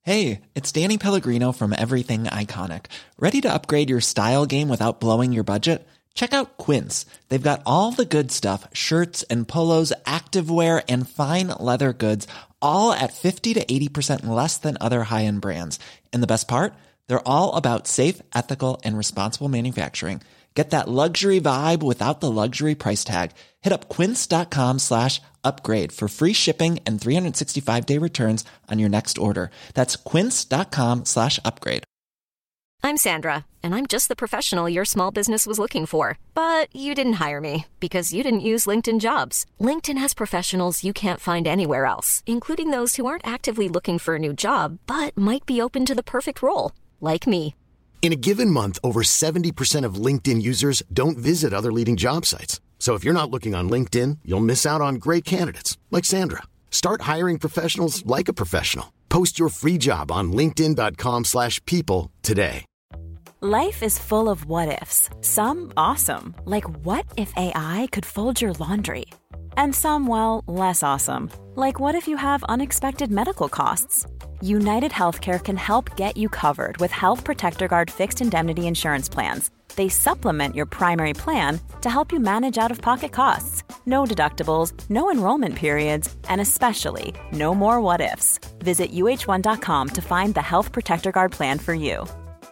Hey, it's Danny Pellegrino from Everything Iconic. Ready to upgrade your style game without blowing your budget? Check out Quince. They've got all the good stuff, shirts and polos, activewear, and fine leather goods, all at 50 to 80% less than other high-end brands. And the best part? They're all about safe, ethical, and responsible manufacturing. Get that luxury vibe without the luxury price tag. Hit up quince.com/upgrade for free shipping and 365-day returns on your next order. That's quince.com/upgrade. I'm Sandra, and I'm just the professional your small business was looking for. But you didn't hire me because you didn't use LinkedIn Jobs. LinkedIn has professionals you can't find anywhere else, including those who aren't actively looking for a new job, but might be open to the perfect role, like me. In a given month, over 70% of LinkedIn users don't visit other leading job sites. So if you're not looking on LinkedIn, you'll miss out on great candidates like Sandra. Start hiring professionals like a professional. Post your free job on linkedin.com/people today. Life is full of what-ifs. Some awesome, like what if AI could fold your laundry? And some, well, less awesome, like what if you have unexpected medical costs? United Healthcare can help get you covered with Health Protector Guard fixed indemnity insurance plans. They supplement your primary plan to help you manage out-of-pocket costs. No deductibles, no enrollment periods, and especially no more what-ifs. Visit uh1.com to find the Health Protector Guard plan for you.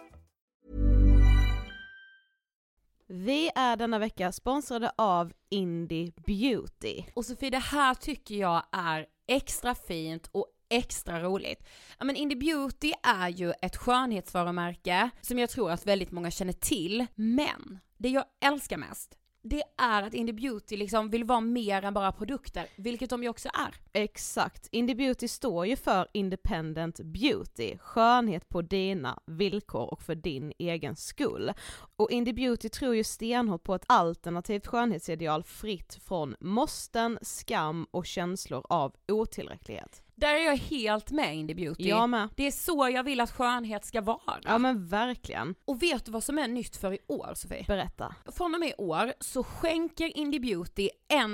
Vi är denna vecka sponsrade av Indie Beauty. Och Sofie, det här tycker jag är extra fint och extra roligt. Ja, men Indie Beauty är ju ett skönhetsvarumärke som jag tror att väldigt många känner till. Men det jag älskar mest, det är att Indie Beauty liksom vill vara mer än bara produkter, vilket de ju också är. Exakt. Indie Beauty står ju för Independent Beauty, skönhet på dina villkor och för din egen skull. Och Indie Beauty tror ju stenhårt på ett alternativt skönhetsideal fritt från måsten, skam och känslor av otillräcklighet. Där är jag helt med Indie Beauty. Jag med. Det är så jag vill att skönhet ska vara. Ja men verkligen. Och vet du vad som är nytt för i år, Sofie? Berätta. Från och med i år så skänker Indie Beauty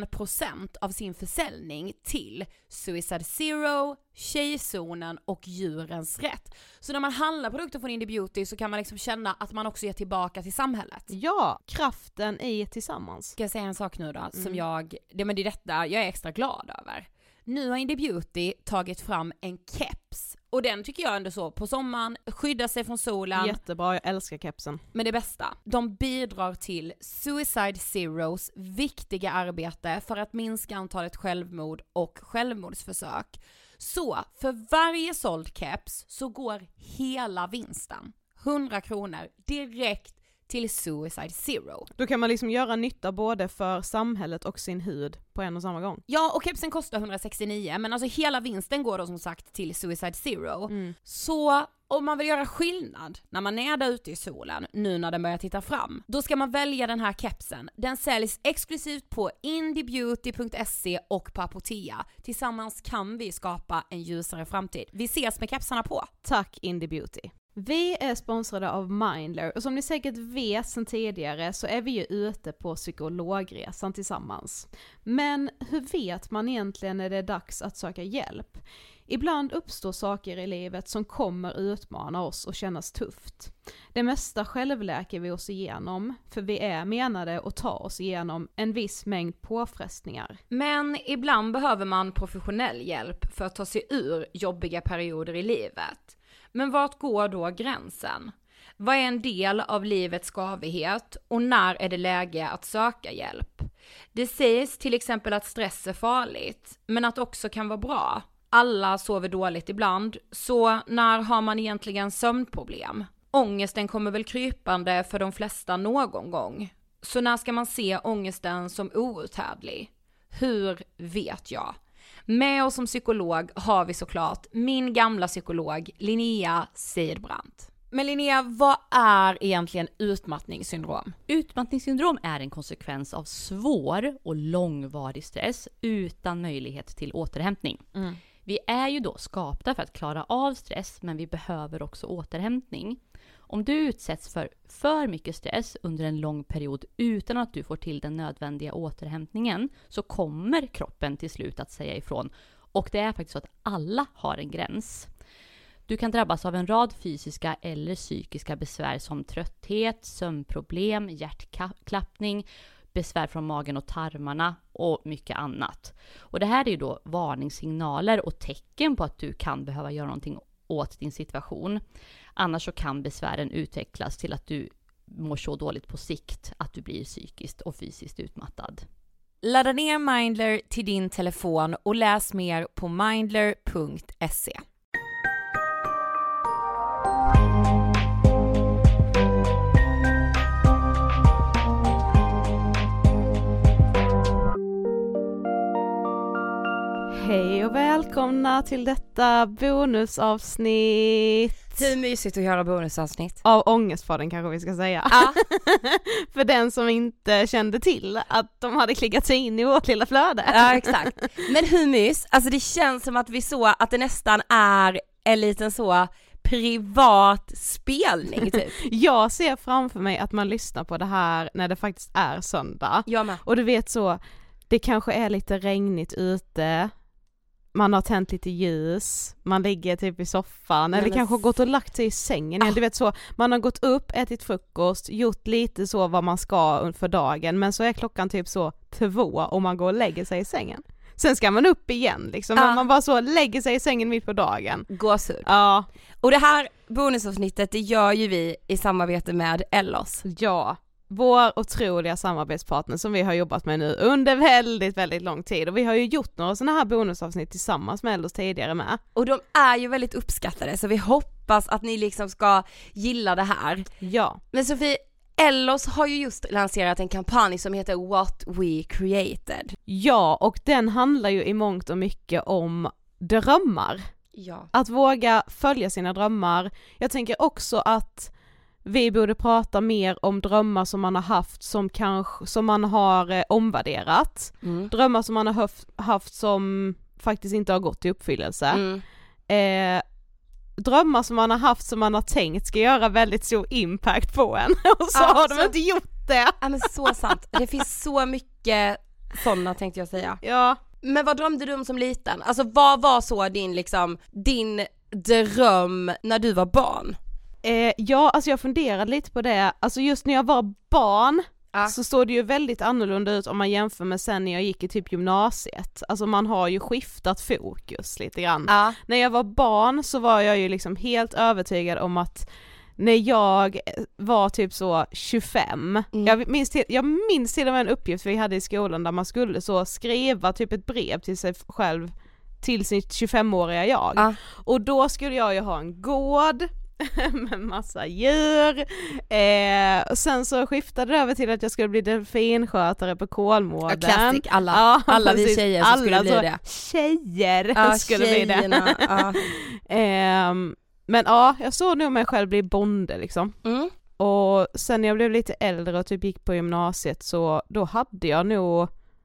1% av sin försäljning till Suicide Zero, Tjejzonen och Djurens Rätt. Så när man handlar produkter från Indie Beauty så kan man liksom känna att man också ger tillbaka till samhället. Ja, kraften i tillsammans. Ska jag säga en sak nu då som det är detta jag är extra glad över. Nu har Indie Beauty tagit fram en keps. Och den tycker jag ändå så på sommaren, skydda sig från solen. Jättebra, jag älskar kepsen. Men det bästa, de bidrar till Suicide Zeros viktiga arbete för att minska antalet självmord och självmordsförsök. Så för varje såld keps så går hela vinsten, 100 kronor, direkt till Suicide Zero. Då kan man liksom göra nytta både för samhället och sin hud på en och samma gång. Ja, och kepsen kostar 169, men alltså hela vinsten går då som sagt till Suicide Zero. Så om man vill göra skillnad när man är där ute i solen, nu när den börjar titta fram, då ska man välja den här kepsen. Den säljs exklusivt på indiebeauty.se och på Apotea. Tillsammans kan vi skapa en ljusare framtid. Vi ses med kepsarna på. Tack Indie Beauty. Vi är sponsrade av Mindler och som ni säkert vet sedan tidigare så är vi ju ute på psykologresan tillsammans. Men hur vet man egentligen när det är dags att söka hjälp? Ibland uppstår saker i livet som kommer utmana oss och kännas tufft. Det mesta självläker vi oss igenom för vi är menade att ta oss igenom en viss mängd påfrestningar. Men ibland behöver man professionell hjälp för att ta sig ur jobbiga perioder i livet. Men vart går då gränsen? Vad är en del av livets skavighet och när är det läge att söka hjälp? Det sägs till exempel att stress är farligt, men att också kan vara bra. Alla sover dåligt ibland, så när har man egentligen sömnproblem? Ångesten kommer väl krypande för de flesta någon gång. Så när ska man se ångesten som outhärdlig? Hur vet jag? Med oss som psykolog har vi såklart min gamla psykolog Linnea Seidbrant. Men Linnea, vad är egentligen utmattningssyndrom? Utmattningssyndrom är en konsekvens av svår och långvarig stress utan möjlighet till återhämtning. Vi är ju då skapta för att klara av stress, men vi behöver också återhämtning. Om du utsätts för mycket stress under en lång period utan att du får till den nödvändiga återhämtningen så kommer kroppen till slut att säga ifrån. Och det är faktiskt så att alla har en gräns. Du kan drabbas av en rad fysiska eller psykiska besvär som trötthet, sömnproblem, hjärtklappning, besvär från magen och tarmarna och mycket annat. Och det här är ju då varningssignaler och tecken på att du kan behöva göra någonting åt din situation. Annars så kan besvären utvecklas till att du mår så dåligt på sikt att du blir psykiskt och fysiskt utmattad. Ladda ner Mindler till din telefon och läs mer på mindler.se. Hej och välkomna till detta bonusavsnitt. Hur mysigt att göra bonusavsnitt. Av Ångestpodden kanske vi ska säga. Ja. För den som inte kände till att de hade klickat sig in i vårt lilla flöde. Ja, exakt. Men hur mys? Alltså det känns som att vi så att det nästan är en liten så privat spelning typ. Jag ser framför mig att man lyssnar på det här när det faktiskt är söndag. Jag med. Och du vet så, det kanske är lite regnigt ute. Man har tänt lite ljus, man ligger typ i soffan eller kanske har gått och lagt sig i sängen. Du vet så, man har gått upp, ätit frukost, gjort lite så vad man ska för dagen, men så är klockan typ så 2 och man går och lägger sig i sängen. Sen ska man upp igen liksom, men man bara så lägger sig i sängen mitt på dagen. Gåshud. Ja. Och det här bonusavsnittet det gör ju vi i samarbete med Ellos. Ja. Vår otroliga samarbetspartner som vi har jobbat med nu under väldigt, väldigt lång tid. Och vi har ju gjort några sådana här bonusavsnitt tillsammans med Ellos tidigare med. Och de är ju väldigt uppskattade så vi hoppas att ni liksom ska gilla det här. Ja. Men Sofie, Ellos har ju just lanserat en kampanj som heter What We Created. Ja, och den handlar ju i mångt och mycket om drömmar. Ja. Att våga följa sina drömmar. Jag tänker också att vi borde prata mer om drömmar som man har haft som man har omvärderat. Drömmar som man har haft som faktiskt inte har gått i uppfyllelse. Drömmar som man har haft som man har tänkt ska göra väldigt stor impact på en. Och så har de inte gjort det. Ja men så sant. Det finns så mycket sådana tänkte jag säga. Ja. Men vad drömde du om som liten? Alltså vad var så din dröm när du var barn? Ja, alltså jag funderade lite på det. Alltså just när jag var barn så såg det ju väldigt annorlunda ut om man jämför med sen när jag gick i typ gymnasiet. Alltså man har ju skiftat fokus lite grann. När jag var barn så var jag ju liksom helt övertygad om att när jag var typ så 25, jag minns till och med en uppgift vi hade i skolan där man skulle så skriva typ ett brev till sig själv till sitt 25-åriga jag. Och då skulle jag ju ha en gård med massa djur. Sen så skiftade det över till att jag skulle bli delfinskötare på Kolmården. Klassik, alla vi tjejer som skulle bli det. Tjejer skulle bli det. Men jag såg nog mig själv bli bonde liksom. Och sen när jag blev lite äldre och typ gick på gymnasiet så då hade jag nog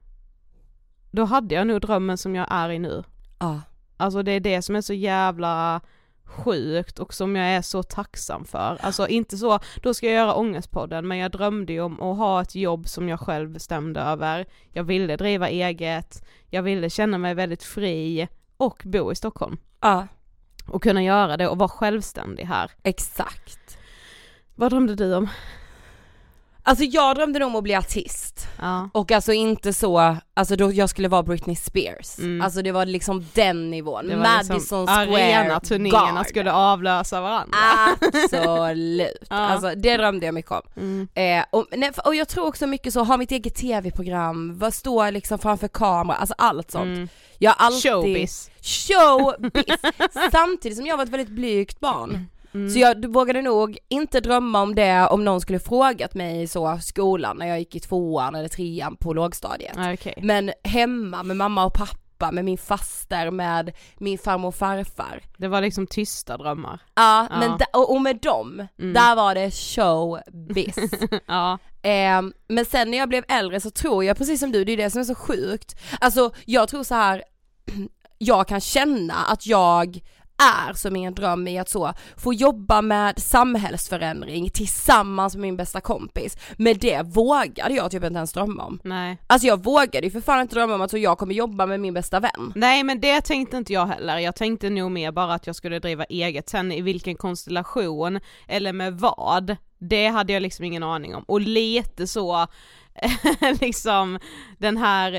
drömmen som jag är i nu. Alltså det är det som är så jävla sjukt och som jag är så tacksam för. Alltså inte så, då ska jag göra Ångestpodden, men jag drömde ju om att ha ett jobb som jag själv bestämde över. Jag ville driva eget, jag ville känna mig väldigt fri och bo i Stockholm. Och kunna göra det och vara självständig här. Exakt. Vad drömde du om? Alltså jag drömde om att bli artist. Och alltså inte så, alltså då jag skulle vara Britney Spears. Alltså det var liksom den nivån. Det var Madison liksom Square arena-turnéerna skulle avlösa varandra. Absolut. Alltså det drömde jag mycket om. Och jag tror också mycket så, ha mitt eget tv-program, stå liksom framför kamera, alltså allt sånt. Jag har alltid showbiz. Samtidigt som jag var ett väldigt blygt barn. Så jag vågade nog inte drömma om det om någon skulle frågat mig i så skolan när jag gick i 2:an eller 3:an på lågstadiet. Men hemma med mamma och pappa, med min faster, med min farmor och farfar. Det var liksom tysta drömmar. Men och med dem, där var det showbiz. Men sen när jag blev äldre så tror jag, precis som du, det är det som är så sjukt. Alltså jag tror så här, jag kan känna att jag är som min dröm i att så få jobba med samhällsförändring tillsammans med min bästa kompis. Men det vågade jag typ inte ens drömma om. Nej. Alltså jag vågade ju för fan inte drömma om att så jag kommer jobba med min bästa vän. Nej, men det tänkte inte jag heller. Jag tänkte nog mer bara att jag skulle driva eget. Sen i vilken konstellation eller med vad, det hade jag liksom ingen aning om. Och lite så liksom den här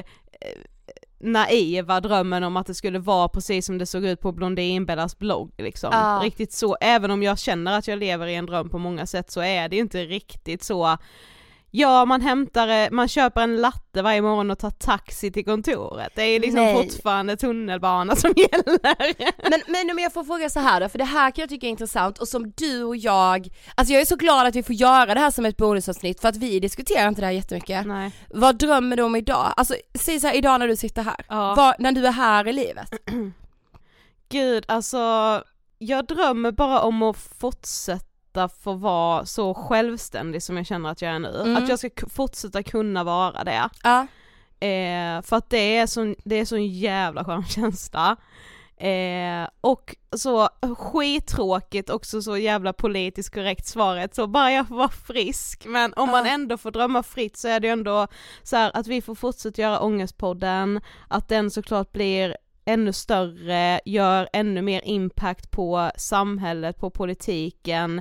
naiva drömmen om att det skulle vara precis som det såg ut på Blondinbellas blogg liksom. Riktigt så, även om jag känner att jag lever i en dröm på många sätt, så är det ju inte riktigt så. Ja, man köper en latte varje morgon och tar taxi till kontoret. Det är liksom fortfarande tunnelbana som gäller. Men om jag får fråga så här då, för det här kan jag tycka är intressant, och som du och jag, alltså jag är så glad att vi får göra det här som ett bonusavsnitt, för att vi diskuterar inte det här jättemycket. Nej. Vad drömmer du om idag? Alltså säg så här, idag när du sitter här, när du är här i livet. Gud, alltså jag drömmer bara om att fortsätta få vara så självständig som jag känner att jag är nu. Att jag ska fortsätta kunna vara det. För att det är så en jävla skön känsla. Och så skittråkigt också, så jävla politiskt korrekt svaret, så bara jag får vara frisk. Men om man ändå får drömma fritt, så är det ju ändå så här att vi får fortsätta göra Ångestpodden, att den såklart blir ännu större, gör ännu mer impact på samhället, på politiken.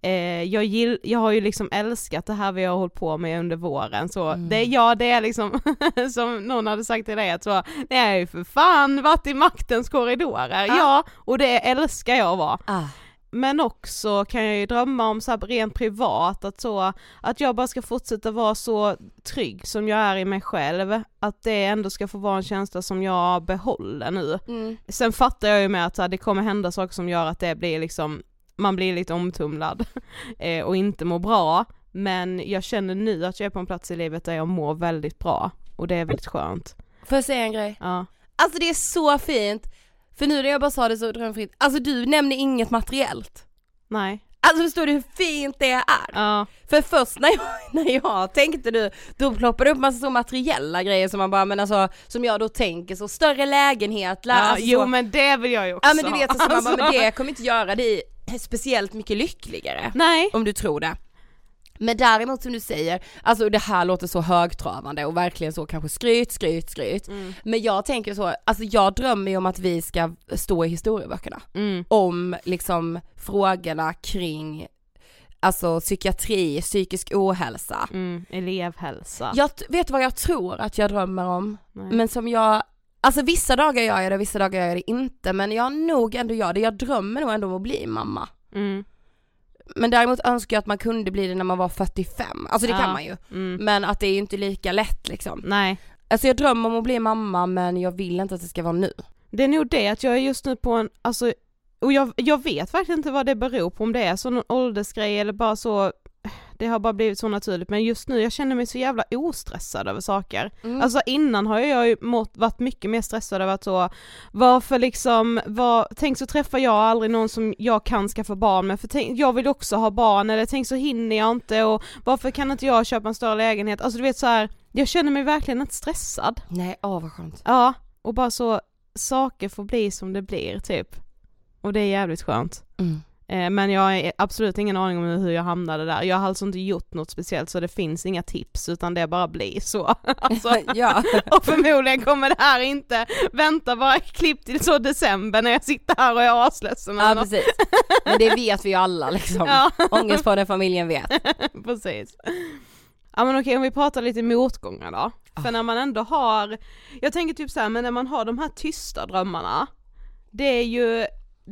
Jag har ju liksom älskat det här vi har hållit på med under våren, så det är liksom som någon hade sagt till dig, att så, det är ju för fan varit i maktens korridorer. Ja, och det älskar jag att vara. Men också kan jag ju drömma om så här rent privat, att jag bara ska fortsätta vara så trygg som jag är i mig själv, att det ändå ska få vara en känsla som jag behåller nu. Sen fattar jag ju med att det kommer hända saker som gör att det blir liksom, man blir lite omtumlad och inte mår bra, men jag känner nu att jag är på en plats i livet där jag mår väldigt bra, och det är väldigt skönt. Får jag säga en grej? Ja. Alltså det är så fint. För nu när jag bara sa det så drömfritt, alltså du nämner inget materiellt. Nej. Alltså förstår du hur fint det är? Ja. För först när jag tänkte du, då ploppade upp massa så materiella grejer som man bara, men alltså, som jag då tänker, så större lägenhet. Alltså, jo, men det vill jag ju också. Ja, men du vet, alltså, man bara, men det kommer inte göra dig speciellt mycket lyckligare. Nej. Om du tror det. Men däremot som du säger, alltså det här låter så högtravande och verkligen så kanske skryt. Men jag tänker så, alltså jag drömmer ju om att vi ska stå i historieböckerna om liksom frågorna kring alltså psykiatri, psykisk ohälsa, elevhälsa. Jag vet vad jag tror att jag drömmer om. Nej. Men som jag, alltså vissa dagar gör jag det, vissa dagar gör jag det inte, men jag nog ändå gör det. Jag drömmer nog ändå om att bli mamma. Men däremot önskar jag att man kunde bli det när man var 45. Alltså det kan man ju. Men att det är ju inte lika lätt liksom. Nej. Alltså jag drömmer om att bli mamma, men jag vill inte att det ska vara nu. Det är nog det att jag är just nu på en, alltså, och jag vet verkligen inte vad det beror på, om det är så någon åldersgrej eller bara så, det har bara blivit så naturligt. Men just nu, jag känner mig så jävla ostressad över saker. Alltså innan har jag ju varit mycket mer stressad över att så, varför liksom, tänk så träffar jag aldrig någon som jag kan skaffa barn med, för jag vill också ha barn, eller tänk så hinner jag inte, och varför kan inte jag köpa en större lägenhet? Alltså du vet så här, jag känner mig verkligen inte stressad. Nej, vad skönt. Ja, och bara så, saker får bli som det blir typ. Och det är jävligt skönt. Men jag har absolut ingen aning om hur jag hamnade där. Jag har alltså inte gjort något speciellt, så det finns inga tips, utan det bara blir så. Alltså, ja. Och förmodligen kommer det här inte vänta bara klipp till så december när jag sitter här och är asledsen. Ja, precis. Men det vet vi ju alla liksom. Ja. Ångest på den familjen vet. Precis. Ja, men okej, om vi pratar lite motgångar då. För när man ändå har, jag tänker typ så här, men när man har de här tysta drömmarna, det är ju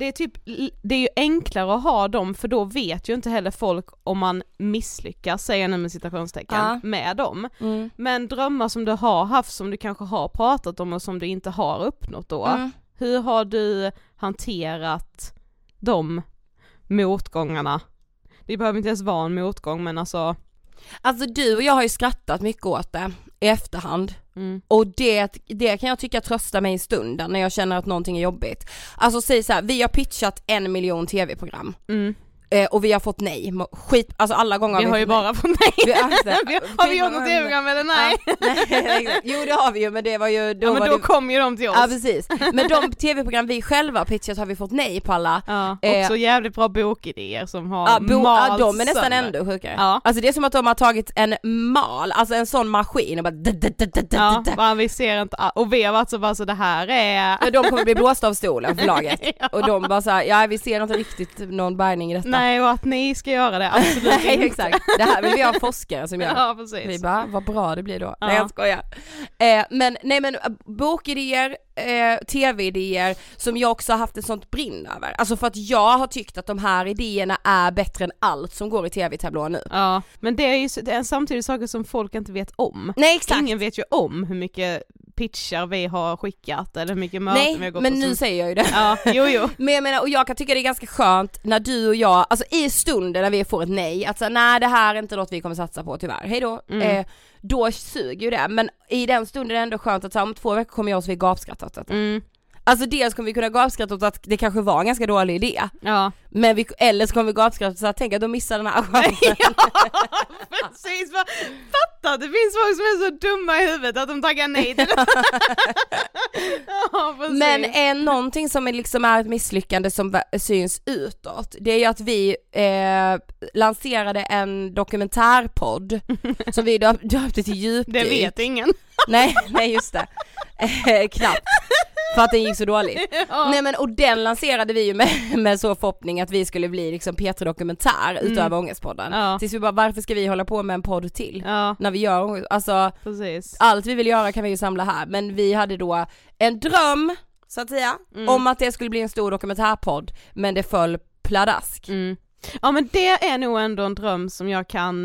enklare att ha dem, för då vet ju inte heller folk om man misslyckas, säger jag nu med citationstecken, med dem. Men drömmar som du har haft, som du kanske har pratat om och som du inte har uppnått då, hur har du hanterat de motgångarna? Det behöver inte ens vara en motgång, men alltså du och jag har ju skrattat mycket åt det i efterhand. Och det kan jag tycka tröstar mig i stunden när jag känner att någonting är jobbigt. Alltså säg så här, vi har pitchat 1 miljon tv-program. Och vi har fått nej. Skit, alltså alla gånger vi har ju bara fått nej. Har vi gjort något tv-program eller nej? Nej, jo det har vi ju, men det var ju... Då, men då kom ju de till oss. Ja precis, men de tv-program vi själva pitchat har vi fått nej på alla. Ja, också jävligt bra bokidéer som har de är nästan ändå sjukare. Ja. Alltså det är som att de har tagit en mal, alltså en sån maskin och bara... vi ser inte, och vi har varit så bara så det här är... De kommer bli blåsta av stolen för laget. Och de bara såhär, vi ser inte riktigt någon bärgning i detta. Nej, och att ni ska göra det, absolut inte. Nej, exakt. Det här vill vi ha forskare som gör. Ja, precis. Vi bara, vad bra det blir då. Nej, jag skojar. Men bokidéer, tv-idéer som jag också har haft ett sånt brinn över. Alltså för att jag har tyckt att de här idéerna är bättre än allt som går i tv-tablån nu. Ja, men det är samtidigt saker som folk inte vet om. Nej, exakt. Ingen vet ju om hur mycket pitchar vi har skickat eller hur mycket möten vi har gått men på. Nu säger jag ju det. Ja, jo. Men jag menar, och jag kan tycka det är ganska skönt när du och jag, alltså i stunden när vi får ett nej, att säga nej det här är inte något vi kommer satsa på tyvärr, hej då. Då suger ju det, men i den stunden är det ändå skönt att om 2 veckor kommer jag och vi gapskratta åt detta. Alltså dels kommer vi kunna gapskratta åt att det kanske var en ganska dålig idé. Ja. Men eller så kommer vi gapskratta så att tänka att de missar den här chansen. Ja, precis. Fatta, det finns folk som är så dumma i huvudet att de tackar nej till det. Ja, men någonting som är ett misslyckande som syns utåt, det är ju att vi lanserade en dokumentärpodd som vi döpte till Djupdyk. Det vet ingen. Nej just det. Knappt. För att den gick så dåligt. Ja. Nej men, och den lanserade vi ju med så förhoppning att vi skulle bli liksom P3 Dokumentär utöver Ångestpodden. Ja. Tills vi bara, varför ska vi hålla på med en podd till? Ja. När vi gör, alltså precis. Allt vi vill göra kan vi ju samla här. Men vi hade då en dröm, så att säga, om att det skulle bli en stor dokumentärpodd. Men det föll pladask. Ja men det är nog ändå en dröm som jag kan...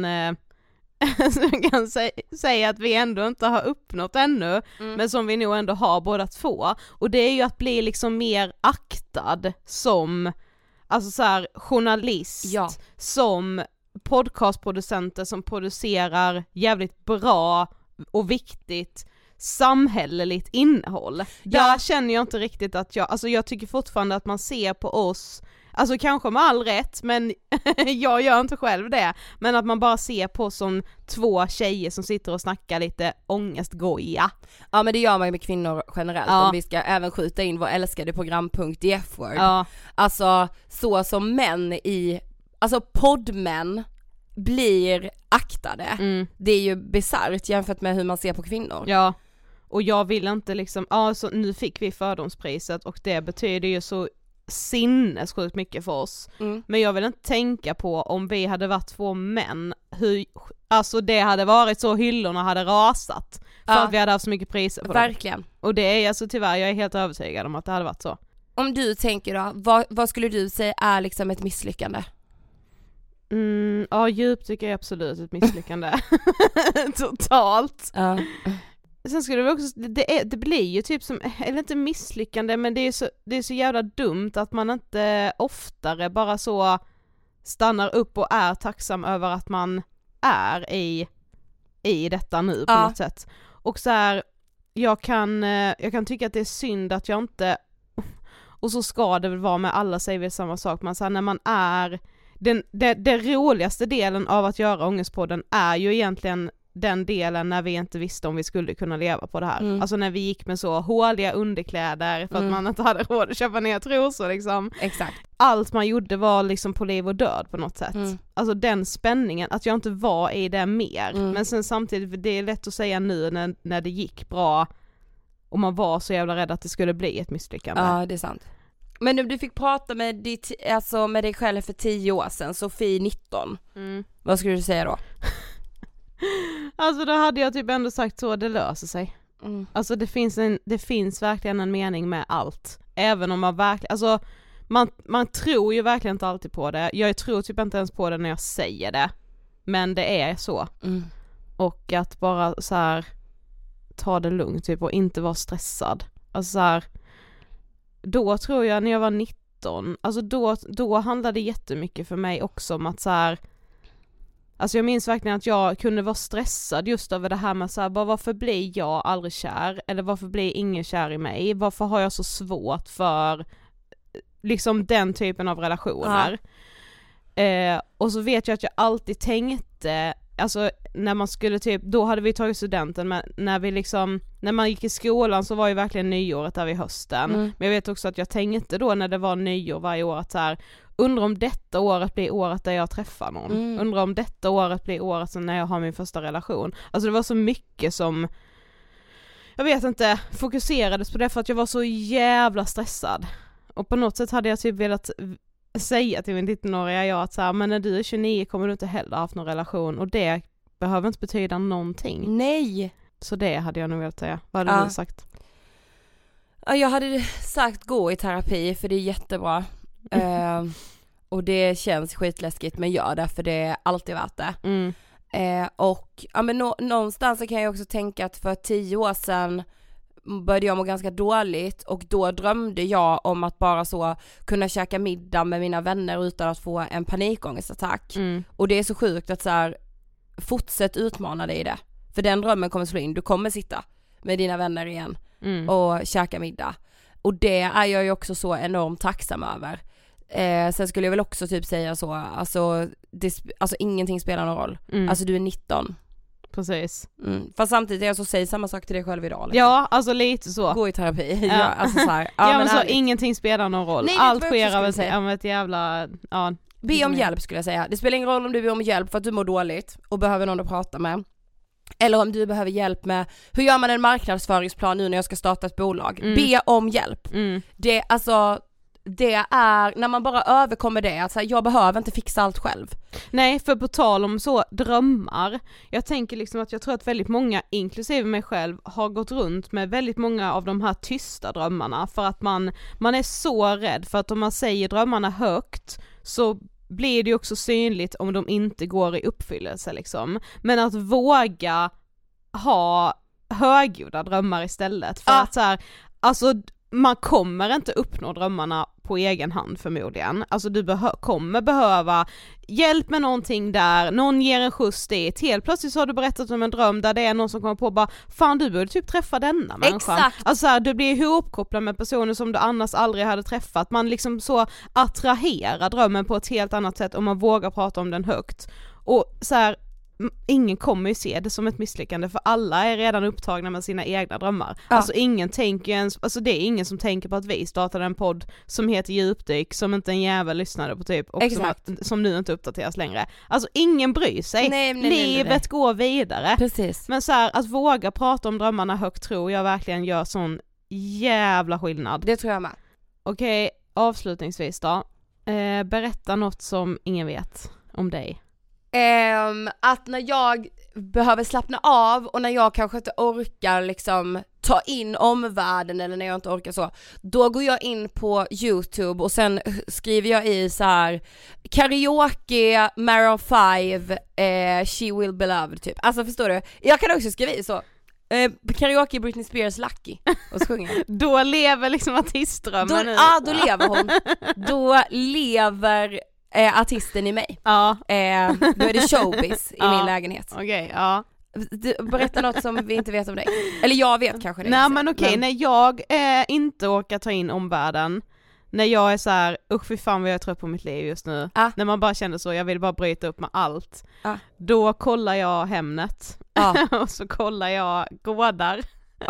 säga att vi ändå inte har uppnått ännu, men som vi nog ändå har båda två, och det är ju att bli liksom mer aktad som alltså så här, journalist, som podcastproducenter som producerar jävligt bra och viktigt samhälleligt innehåll. Där känner jag inte riktigt att jag tycker fortfarande att man ser på oss, alltså kanske med all rätt, men jag gör inte själv det, men att man bara ser på som 2 tjejer som sitter och snackar lite ångestgoja. Ja men det gör man ju med kvinnor generellt, om vi ska även skjuta in vår älskade programpunkt i F-word. Ja. Alltså så som poddmän blir aktade. Det är ju bizarrt jämfört med hur man ser på kvinnor. Ja. Och jag vill inte liksom, så nu fick vi fördomspriset och det betyder ju så sinnessjukt mycket för oss. Men jag vill inte tänka på om vi hade varit 2 män, hur alltså det hade varit så hyllorna hade rasat för att vi hade haft så mycket priser på verkligen. Dem. Och det är alltså tyvärr, jag är helt övertygad om att det hade varit så. Om du tänker då, vad skulle du säga är liksom ett misslyckande? Djupdyk är absolut ett misslyckande. Totalt. Sen skulle det också, det blir ju typ som, eller inte misslyckande, men det är så jävla dumt att man inte oftare bara så stannar upp och är tacksam över att man är i detta nu på något sätt. Och så här, jag kan tycka att det är synd att jag inte, och så ska det väl vara med alla, säger väl samma sak, man så här, när man är den roligaste delen av att göra Ångestpodden är ju egentligen den delen när vi inte visste om vi skulle kunna leva på det här. Alltså när vi gick med så håliga underkläder för att man inte hade råd att köpa ner trosor liksom. Exakt. Allt man gjorde var liksom på liv och död på något sätt. Alltså den spänningen, att jag inte var i det mer. Men sen samtidigt, det är lätt att säga nu när det gick bra och man var så jävla rädd att det skulle bli ett misslyckande. Ja, det är sant. Men du fick prata med dig själv för 10 år sedan, Sofie 19. Vad skulle du säga då? Alltså då hade jag typ ändå sagt så, det löser sig. Alltså det finns verkligen en mening med allt. Även om man verkligen, alltså man tror ju verkligen inte alltid på det. Jag tror typ inte ens på det när jag säger det. Men det är så. Och att bara så här ta det lugnt typ och inte vara stressad. Alltså så här, då tror jag när jag var 19, alltså då handlade det jättemycket för mig också om att så här, alltså jag minns verkligen att jag kunde vara stressad just över det här med så här, bara varför blir jag aldrig kär? Eller varför blir ingen kär i mig? Varför har jag så svårt för liksom den typen av relationer? Och så vet jag att jag alltid tänkte, alltså när man skulle typ, då hade vi tagit studenten, men när man gick i skolan så var ju verkligen nyåret där vid hösten. Men jag vet också att jag tänkte då när det var nyår varje år att så här, undrar om detta året blir året där jag träffar någon. Undrar om detta året blir året när jag har min första relation. Alltså det var så mycket som, jag vet inte, fokuserades på det för att jag var så jävla stressad. Och på något sätt hade jag typ velat säga till min 19-åriga jag att så här, men när du är 29 kommer du inte heller haft någon relation, och det behöver inte betyda någonting. Nej. Så det hade jag nog velat säga. Vad hade du sagt? Ja, jag hade sagt gå i terapi, för det är jättebra. Och det känns skitläskigt, men gör det, för det är alltid värt det. Och ja, men någonstans så kan jag också tänka att för 10 år sedan började jag må ganska dåligt, och då drömde jag om att bara så kunna käka middag med mina vänner utan att få en panikångestattack. Och det är så sjukt att så här, fortsätt utmana dig i det, för den drömmen kommer slå in. Du kommer sitta med dina vänner igen och käka middag, och det är jag ju också så enormt tacksam över. Sen skulle jag väl också typ säga så, alltså ingenting spelar någon roll. Alltså du är 19. Precis. Fast samtidigt är jag så, säg samma sak till dig själv idag. Liksom. Ja, alltså lite så. Gå i terapi. Ja, alltså så här. Ja, men så ingenting spelar någon roll. Nej, allt sker av ett jävla... Ja, be om hjälp skulle jag säga. Det spelar ingen roll om du ber om hjälp för att du mår dåligt och behöver någon att prata med. Eller om du behöver hjälp med, hur gör man en marknadsföringsplan nu när jag ska starta ett bolag? Be om hjälp. Det, alltså... Det är när man bara överkommer det, alltså jag behöver inte fixa allt själv. Nej, för på tal om så drömmar, jag tänker liksom att jag tror att väldigt många, inklusive mig själv, har gått runt med väldigt många av de här tysta drömmarna, för att man är så rädd för att om man säger drömmarna högt så blir det ju också synligt om de inte går i uppfyllelse liksom. Men att våga ha högljudda drömmar istället, för att så här, alltså man kommer inte uppnå drömmarna på egen hand förmodligen. Alltså du kommer behöva hjälp med någonting där, någon ger en skjuts dit. Helt plötsligt så har du berättat om en dröm där det är någon som kommer på bara, fan du borde typ träffa denna människan. Exakt. Alltså så här, du blir ihopkopplad med personer som du annars aldrig hade träffat. Man liksom så attraherar drömmen på ett helt annat sätt om man vågar prata om den högt. Och så här, ingen kommer ju se det som ett misslyckande, för alla är redan upptagna med sina egna drömmar. Alltså ingen tänker ens, alltså det är ingen som tänker på att vi startade en podd som heter Djupdyk som inte en jävel lyssnade på typ, och som nu inte uppdateras längre. Alltså ingen bryr sig. Livet går vidare. Precis. Men så här, att våga prata om drömmarna högt tror jag verkligen gör sån jävla skillnad. Det tror jag med. Okej, avslutningsvis då. Berätta något som ingen vet om dig. Att när jag behöver slappna av och när jag kanske inte orkar liksom ta in omvärlden, eller när jag inte orkar så, då går jag in på YouTube och sen skriver jag i så här karaoke Maroon 5 She Will Be Loved typ. Alltså förstår du? Jag kan också skriva i så karaoke Britney Spears Lucky och så sjunger jag. Då lever liksom artistdrömmen nu. Ja, då lever hon. Då lever artisten i mig. Ja. Då är det showbiz i min lägenhet. Okej, ja. Berätta något som vi inte vet om dig. Eller jag vet kanske det. Nej men okej, när jag inte orkar ta in omvärlden, när jag är så här, usch fy fan vad jag är trött på mitt liv just nu. När man bara känner så, jag vill bara bryta upp med allt. Då kollar jag Hemnet. Och så kollar jag gårdar.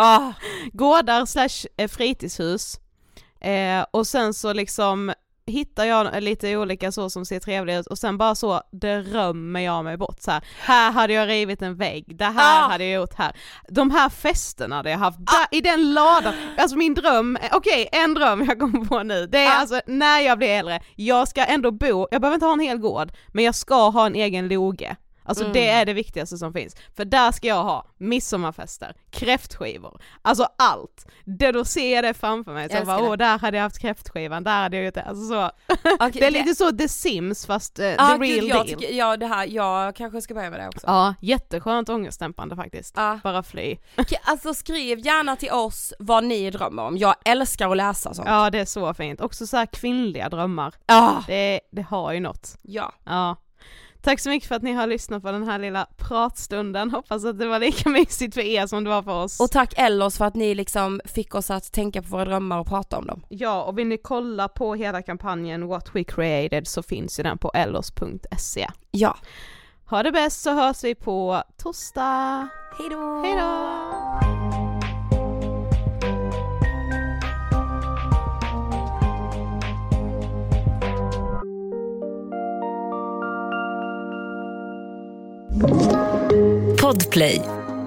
Gårdar / fritidshus. Och sen så liksom hittar jag lite olika så som ser trevligt ut, och sen bara så drömmer jag mig bort så här hade jag rivit en vägg, det här hade jag gjort här. De här festerna hade jag haft där, i den ladan. Alltså min dröm, en dröm jag kommer på nu, det är alltså när jag blir äldre, jag ska ändå bo, jag behöver inte ha en hel gård, men jag ska ha en egen loge. Alltså det är det viktigaste som finns. För där ska jag ha midsommarfester, kräftskivor, alltså allt. Då ser jag det framför mig. Så bara, där hade jag haft kräftskivan, där hade jag gjort det. Alltså så. Det är lite så The Sims fast the real deal. Det här, jag kanske ska börja med det också. Ja, jätteskönt ångestdämpande faktiskt. Bara fly. Alltså skriv gärna till oss vad ni drömmer om. Jag älskar att läsa sånt. Ja, det är så fint. Också så här kvinnliga drömmar. Det har ju något. Ja. Ja. Tack så mycket för att ni har lyssnat på den här lilla pratstunden. Hoppas att det var lika mysigt för er som det var för oss. Och tack Ellos för att ni liksom fick oss att tänka på våra drömmar och prata om dem. Ja, och vill ni kolla på hela kampanjen What We Created så finns ju den på ellos.se. Ja. Ha det bäst, så hörs vi på torsdag. Hej då! Hej då! Podplay.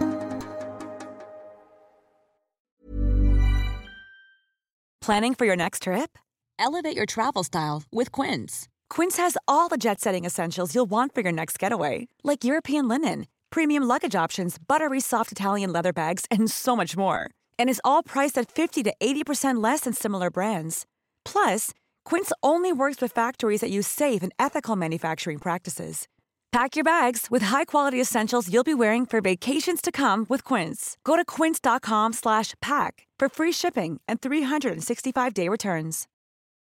Planning for your next trip? Elevate your travel style with Quince. Quince has all the jet-setting essentials you'll want for your next getaway, like European linen, premium luggage options, buttery soft Italian leather bags, and so much more. And is all priced at 50 to 80% less than similar brands. Plus, Quince only works with factories that use safe and ethical manufacturing practices. Pack your bags with high-quality essentials you'll be wearing for vacations to come with Quince. Go to quince.com/pack for free shipping and 365-day returns.